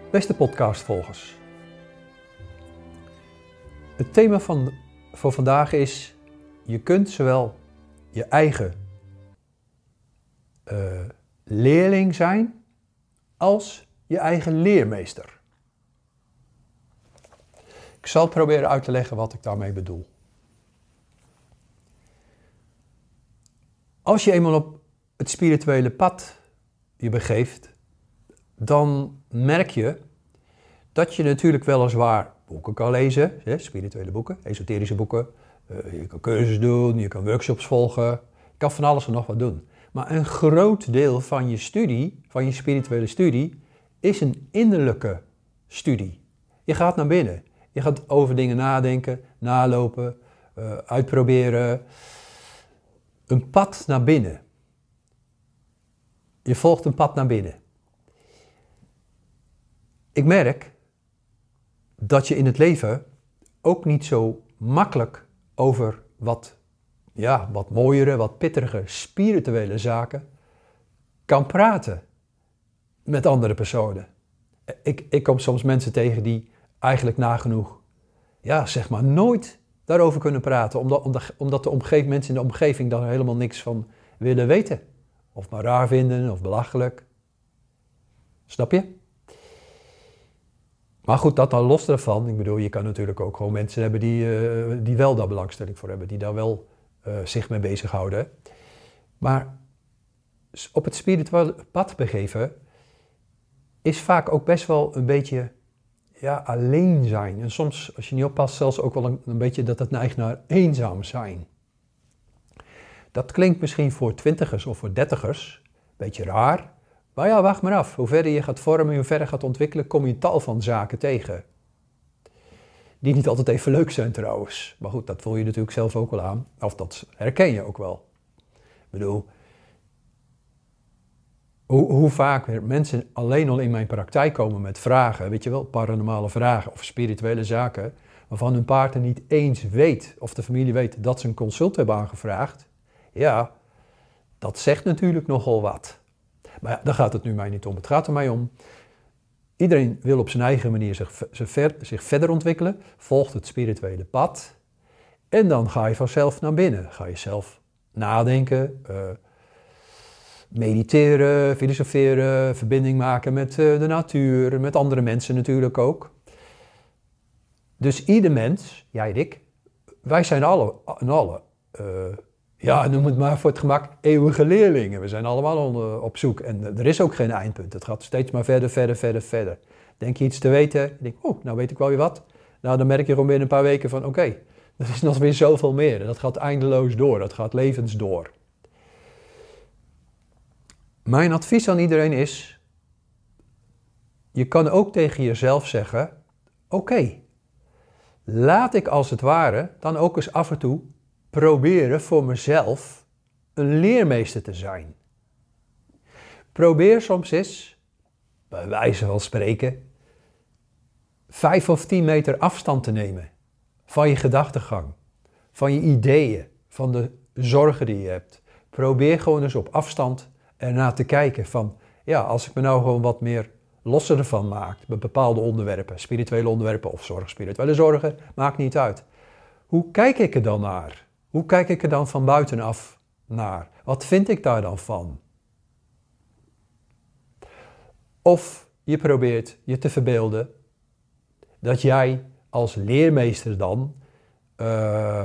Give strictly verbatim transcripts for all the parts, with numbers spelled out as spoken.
Beste podcastvolgers. Het thema van, voor vandaag is: je kunt zowel je eigen uh, leerling zijn als je eigen leermeester. Ik zal proberen uit te leggen wat ik daarmee bedoel. Als je eenmaal op het spirituele pad je begeeft, dan merk je dat je natuurlijk weliswaar boeken kan lezen, hè, spirituele boeken, esoterische boeken. Uh, je kan cursussen doen, je kan workshops volgen, je kan van alles en nog wat doen. Maar een groot deel van je studie, van je spirituele studie, is een innerlijke studie. Je gaat naar binnen. Je gaat over dingen nadenken, nalopen, uh, uitproberen. Een pad naar binnen. Je volgt een pad naar binnen. Ik merk dat je in het leven ook niet zo makkelijk over wat, ja, wat mooiere, wat pittigere, spirituele zaken kan praten met andere personen. Ik, ik kom soms mensen tegen die eigenlijk nagenoeg, ja, zeg maar, nooit daarover kunnen praten, omdat, omdat, omdat de omgeving, mensen in de omgeving daar helemaal niks van willen weten. Of maar raar vinden, of belachelijk. Snap je? Maar goed, dat dan los daarvan. Ik bedoel, je kan natuurlijk ook gewoon mensen hebben die, uh, die wel daar belangstelling voor hebben. Die daar wel uh, zich mee bezighouden. Maar op het spirituele pad begeven is vaak ook best wel een beetje, ja, alleen zijn. En soms, als je niet oppast, zelfs ook wel een, een beetje dat het neigt naar eenzaam zijn. Dat klinkt misschien voor twintigers of voor dertigers een beetje raar. Maar ja, wacht maar af. Hoe verder je gaat vormen, hoe verder gaat ontwikkelen, kom je tal van zaken tegen. Die niet altijd even leuk zijn trouwens. Maar goed, dat voel je natuurlijk zelf ook wel aan. Of dat herken je ook wel. Ik bedoel, hoe, hoe vaak mensen alleen al in mijn praktijk komen met vragen, weet je wel, paranormale vragen of spirituele zaken, waarvan hun partner niet eens weet, of de familie weet, dat ze een consult hebben aangevraagd. Ja, dat zegt natuurlijk nogal wat. Maar ja, daar gaat het nu mij niet om. Het gaat er mij om. Iedereen wil op zijn eigen manier zich, zich verder ontwikkelen. Volgt het spirituele pad. En dan ga je vanzelf naar binnen. Ga je zelf nadenken. Uh, mediteren, filosoferen. Verbinding maken met uh, de natuur. Met andere mensen natuurlijk ook. Dus ieder mens, jij en ik. Wij zijn alle, en alle... Uh, Ja, noem het maar voor het gemak eeuwige leerlingen. We zijn allemaal op zoek en er is ook geen eindpunt. Het gaat steeds maar verder, verder, verder, verder. Denk je iets te weten, je denkt, oh, nou weet ik wel weer wat. Nou, dan merk je gewoon binnen een paar weken van, oké, okay, er is nog weer zoveel meer. En dat gaat eindeloos door, dat gaat levens door. Mijn advies aan iedereen is, je kan ook tegen jezelf zeggen, oké, okay, laat ik als het ware dan ook eens af en toe proberen voor mezelf een leermeester te zijn. Probeer soms eens, bij wijze van spreken, vijf of tien meter afstand te nemen van je gedachtegang, van je ideeën, van de zorgen die je hebt. Probeer gewoon eens op afstand ernaar te kijken van, ja, als ik me nou gewoon wat meer losser ervan maak, met bepaalde onderwerpen, spirituele onderwerpen of zorg, spirituele zorgen, maakt niet uit. Hoe kijk ik er dan naar? Hoe kijk ik er dan van buitenaf naar? Wat vind ik daar dan van? Of je probeert je te verbeelden dat jij als leermeester dan, uh,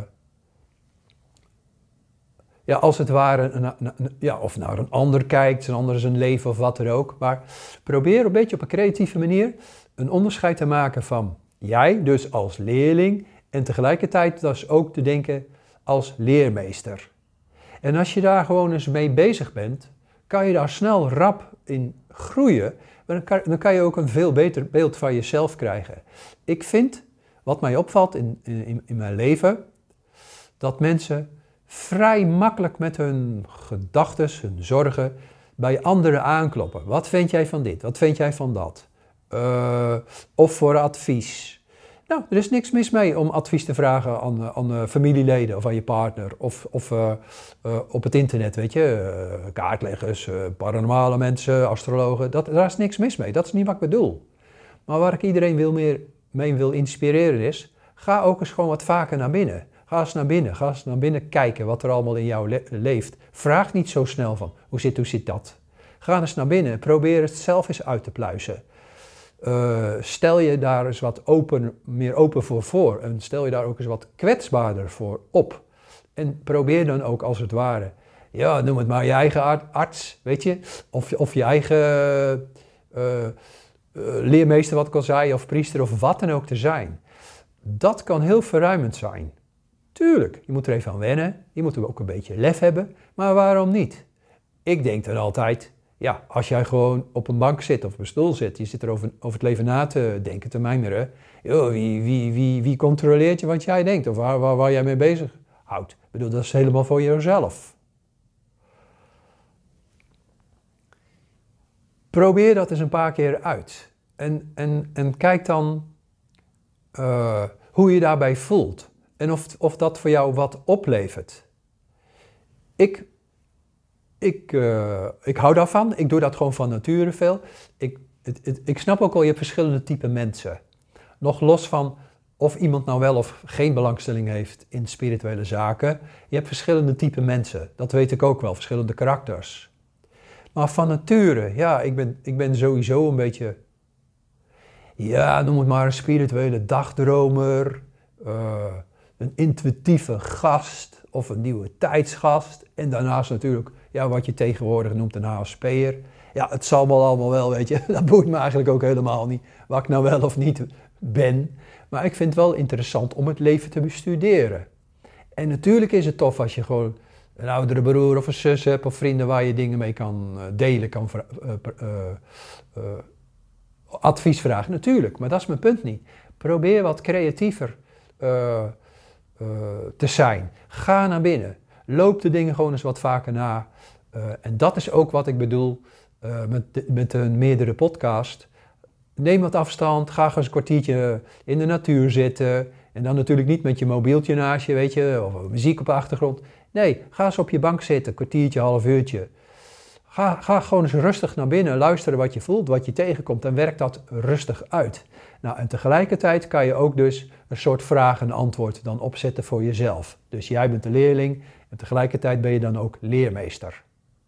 ja, als het ware, na, na, ja, of naar een ander kijkt, een ander zijn leven of wat er ook. Maar probeer een beetje op een creatieve manier een onderscheid te maken van jij dus als leerling en tegelijkertijd dus ook te denken als leermeester. En als je daar gewoon eens mee bezig bent, kan je daar snel rap in groeien. Dan kan, dan kan je ook een veel beter beeld van jezelf krijgen. Ik vind, wat mij opvalt in, in, in mijn leven, dat mensen vrij makkelijk met hun gedachten, hun zorgen, bij anderen aankloppen. Wat vind jij van dit? Wat vind jij van dat? Uh, of voor advies. Nou, er is niks mis mee om advies te vragen aan, aan uh, familieleden of aan je partner of, of uh, uh, op het internet, weet je, uh, kaartleggers, uh, paranormale mensen, astrologen, dat, daar is niks mis mee. Dat is niet wat ik bedoel. Maar waar ik iedereen wil meer mee wil inspireren is, ga ook eens gewoon wat vaker naar binnen. Ga eens naar binnen, ga eens naar binnen kijken wat er allemaal in jou le- leeft. Vraag niet zo snel van, hoe zit, hoe zit dat? Ga eens naar binnen, probeer het zelf eens uit te pluizen. Uh, stel je daar eens wat open, meer open voor voor en stel je daar ook eens wat kwetsbaarder voor op. En probeer dan ook als het ware, ja, noem het maar je eigen arts, weet je, of, of je eigen uh, uh, leermeester, wat ik al zei, of priester, of wat dan ook te zijn. Dat kan heel verruimend zijn. Tuurlijk, je moet er even aan wennen, je moet er ook een beetje lef hebben, maar waarom niet? Ik denk dan altijd, ja, als jij gewoon op een bank zit of op een stoel zit, je zit er over, over het leven na te denken, te mijmeren, joh, wie, wie, wie, wie controleert je wat jij denkt of waar, waar, waar jij mee bezig houdt? Ik bedoel, dat is helemaal voor jezelf. Probeer dat eens een paar keer uit en, en, en kijk dan uh, hoe je daarbij voelt en of, of dat voor jou wat oplevert. Ik... Ik, uh, ik hou daarvan, ik doe dat gewoon van nature veel. Ik, het, het, ik snap ook al, je hebt verschillende typen mensen. Nog los van of iemand nou wel of geen belangstelling heeft in spirituele zaken. Je hebt verschillende typen mensen, dat weet ik ook wel, verschillende karakters. Maar van nature, ja, ik ben, ik ben sowieso een beetje, ja, noem het maar een spirituele dagdromer, uh, een intuïtieve gast of een nieuwe tijdsgast. En daarnaast natuurlijk, ja, wat je tegenwoordig noemt een H S P'er. Ja, het zal wel allemaal wel, weet je. Dat boeit me eigenlijk ook helemaal niet, wat ik nou wel of niet ben. Maar ik vind het wel interessant om het leven te bestuderen. En natuurlijk is het tof als je gewoon een oudere broer of een zus hebt of vrienden waar je dingen mee kan delen, kan uh, uh, uh, advies vragen. Natuurlijk, maar dat is mijn punt niet. Probeer wat creatiever uh, uh, te zijn. Ga naar binnen. Loop de dingen gewoon eens wat vaker na. Uh, en dat is ook wat ik bedoel uh, met, de, met een meerdere podcast. Neem wat afstand, ga eens een kwartiertje in de natuur zitten. En dan natuurlijk niet met je mobieltje naast je, weet je, of muziek op de achtergrond. Nee, ga eens op je bank zitten, een kwartiertje, half uurtje. Ga, ga gewoon eens rustig naar binnen, luisteren wat je voelt, wat je tegenkomt en werk dat rustig uit. Nou, en tegelijkertijd kan je ook dus een soort vraag en antwoord dan opzetten voor jezelf. Dus jij bent de leerling en tegelijkertijd ben je dan ook leermeester.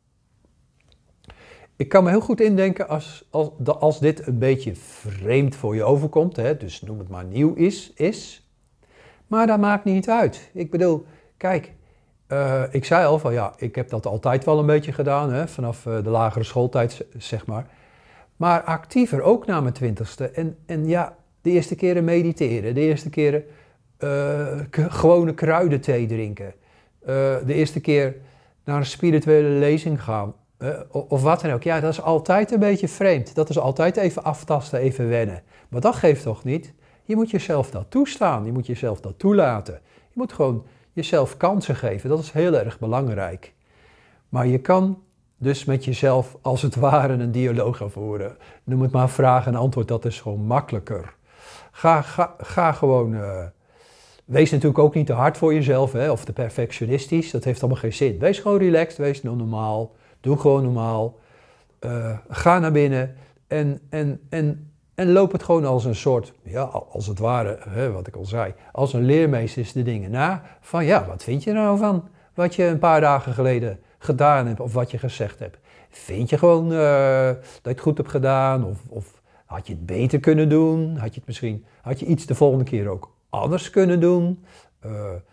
Ik kan me heel goed indenken als, als, als dit een beetje vreemd voor je overkomt, hè, dus noem het maar nieuw is, is. Maar dat maakt niet uit. Ik bedoel, kijk, uh, ik zei al van ja, ik heb dat altijd wel een beetje gedaan, hè, vanaf uh, de lagere schooltijd, zeg maar. Maar actiever ook na mijn twintigste. En, en ja, de eerste keren mediteren, de eerste keren uh, k- gewone kruidenthee drinken. Uh, de eerste keer naar een spirituele lezing gaan. Uh, of wat dan ook. Ja, dat is altijd een beetje vreemd. Dat is altijd even aftasten, even wennen. Maar dat geeft toch niet? Je moet jezelf dat toestaan. Je moet jezelf dat toelaten. Je moet gewoon jezelf kansen geven. Dat is heel erg belangrijk. Maar je kan dus met jezelf als het ware een dialoog gaan voeren. Noem het maar vraag en antwoord. Dat is gewoon makkelijker. Ga, ga, ga gewoon... Uh, wees natuurlijk ook niet te hard voor jezelf, hè, of te perfectionistisch. Dat heeft allemaal geen zin. Wees gewoon relaxed. Wees normaal. Doe gewoon normaal. Uh, ga naar binnen en, en, en, en loop het gewoon als een soort, ja, als het ware, hè, wat ik al zei, als een leermeester de dingen na. Van ja, wat vind je nou van wat je een paar dagen geleden gedaan hebt of wat je gezegd hebt? Vind je gewoon uh, dat je het goed hebt gedaan of, of had je het beter kunnen doen? Had je het misschien, had je iets de volgende keer ook anders kunnen doen? Uh,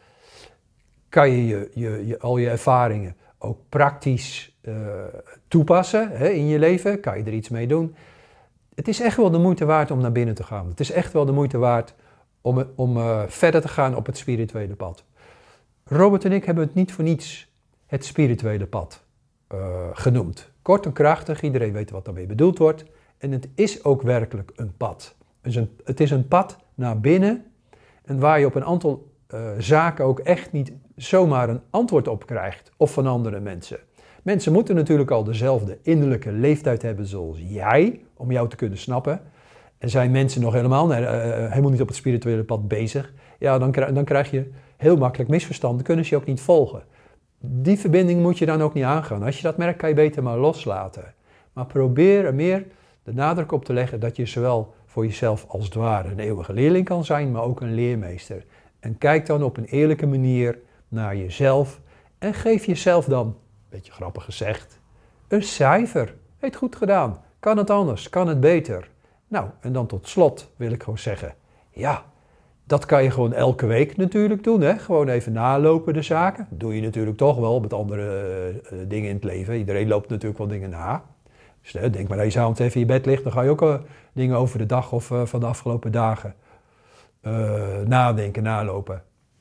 kan je, je, je, je al je ervaringen ook praktisch uh, toepassen, hè, in je leven? Kan je er iets mee doen? Het is echt wel de moeite waard om naar binnen te gaan. Het is echt wel de moeite waard om, om uh, verder te gaan op het spirituele pad. Robert en ik hebben het niet voor niets het spirituele pad uh, genoemd. Kort en krachtig, iedereen weet wat daarmee bedoeld wordt. En het is ook werkelijk een pad. Dus een, het is een pad naar binnen en waar je op een aantal uh, zaken ook echt niet zomaar een antwoord op krijgt, of van andere mensen. Mensen moeten natuurlijk al dezelfde innerlijke leeftijd hebben zoals jij, om jou te kunnen snappen. En zijn mensen nog helemaal, uh, helemaal niet op het spirituele pad bezig, ja, dan, dan krijg je heel makkelijk misverstand, dan kunnen ze je ook niet volgen. Die verbinding moet je dan ook niet aangaan. Als je dat merkt, kan je beter maar loslaten. Maar probeer er meer de nadruk op te leggen dat je zowel voor jezelf als het ware een eeuwige leerling kan zijn, maar ook een leermeester. En kijk dan op een eerlijke manier naar jezelf en geef jezelf dan, een beetje grappig gezegd, een cijfer. Heeft goed gedaan. Kan het anders? Kan het beter? Nou, en dan tot slot wil ik gewoon zeggen, ja, dat kan je gewoon elke week natuurlijk doen. Hè? Gewoon even nalopen de zaken. Dat doe je natuurlijk toch wel met andere uh, dingen in het leven. Iedereen loopt natuurlijk wel dingen na. Dus uh, denk maar dat je s'avonds even in je bed ligt. Dan ga je ook uh, dingen over de dag of uh, van de afgelopen dagen uh, nadenken, nalopen.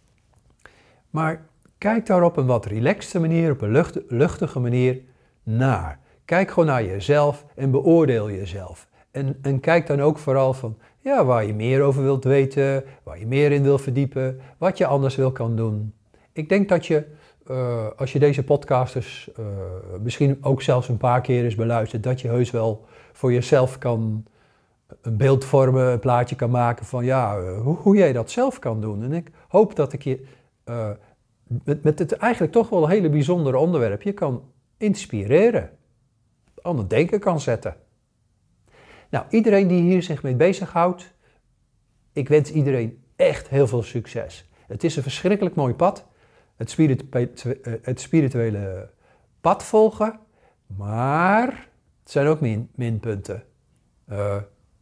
Maar kijk daar op een wat relaxte manier, op een lucht, luchtige manier naar. Kijk gewoon naar jezelf en beoordeel jezelf. En, en kijk dan ook vooral van, ja, waar je meer over wilt weten, waar je meer in wil verdiepen, wat je anders wil kan doen. Ik denk dat je, uh, als je deze podcasters uh, misschien ook zelfs een paar keer eens beluistert, dat je heus wel voor jezelf kan een beeld vormen, een plaatje kan maken van, ja, uh, hoe, hoe jij dat zelf kan doen. En ik hoop dat ik je uh, met, met het eigenlijk toch wel een hele bijzondere onderwerp je kan inspireren, aan het denken kan zetten. Nou, iedereen die hier zich mee bezighoudt, ik wens iedereen echt heel veel succes. Het is een verschrikkelijk mooi pad, het, spiritu- het spirituele pad volgen, maar het zijn ook min, minpunten. Uh,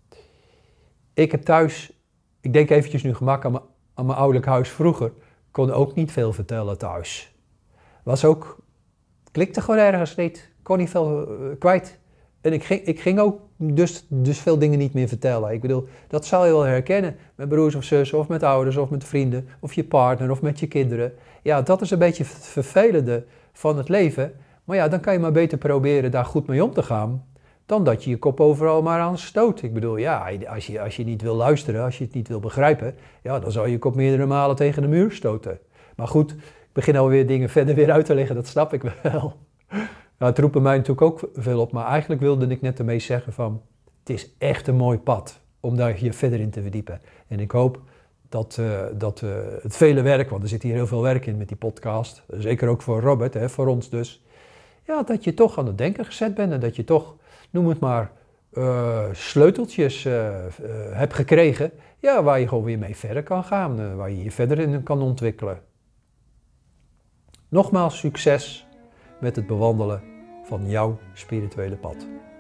ik heb thuis, ik denk eventjes nu gemak aan, aan mijn ouderlijk huis vroeger, kon ook niet veel vertellen thuis. Was ook, klikte gewoon ergens niet, kon niet veel uh, kwijt. En ik ging, ik ging ook dus, dus veel dingen niet meer vertellen. Ik bedoel, dat zal je wel herkennen. Met broers of zussen, of met ouders, of met vrienden, of je partner, of met je kinderen. Ja, dat is een beetje het vervelende van het leven. Maar ja, dan kan je maar beter proberen daar goed mee om te gaan, dan dat je je kop overal maar aan stoot. Ik bedoel, ja, als je, als je niet wil luisteren, als je het niet wil begrijpen, ja, dan zou je je kop meerdere malen tegen de muur stoten. Maar goed, ik begin alweer dingen verder weer uit te leggen, dat snap ik wel. Nou, het roept mij natuurlijk ook veel op, maar eigenlijk wilde ik net ermee zeggen van, het is echt een mooi pad om daar je verder in te verdiepen. En ik hoop dat, uh, dat uh, het vele werk, want er zit hier heel veel werk in met die podcast, zeker ook voor Robert, hè, voor ons dus, ja, dat je toch aan het denken gezet bent en dat je toch, noem het maar, uh, sleuteltjes uh, uh, hebt gekregen, ja, waar je gewoon weer mee verder kan gaan, uh, waar je je verder in kan ontwikkelen. Nogmaals succes met het bewandelen van jouw spirituele pad.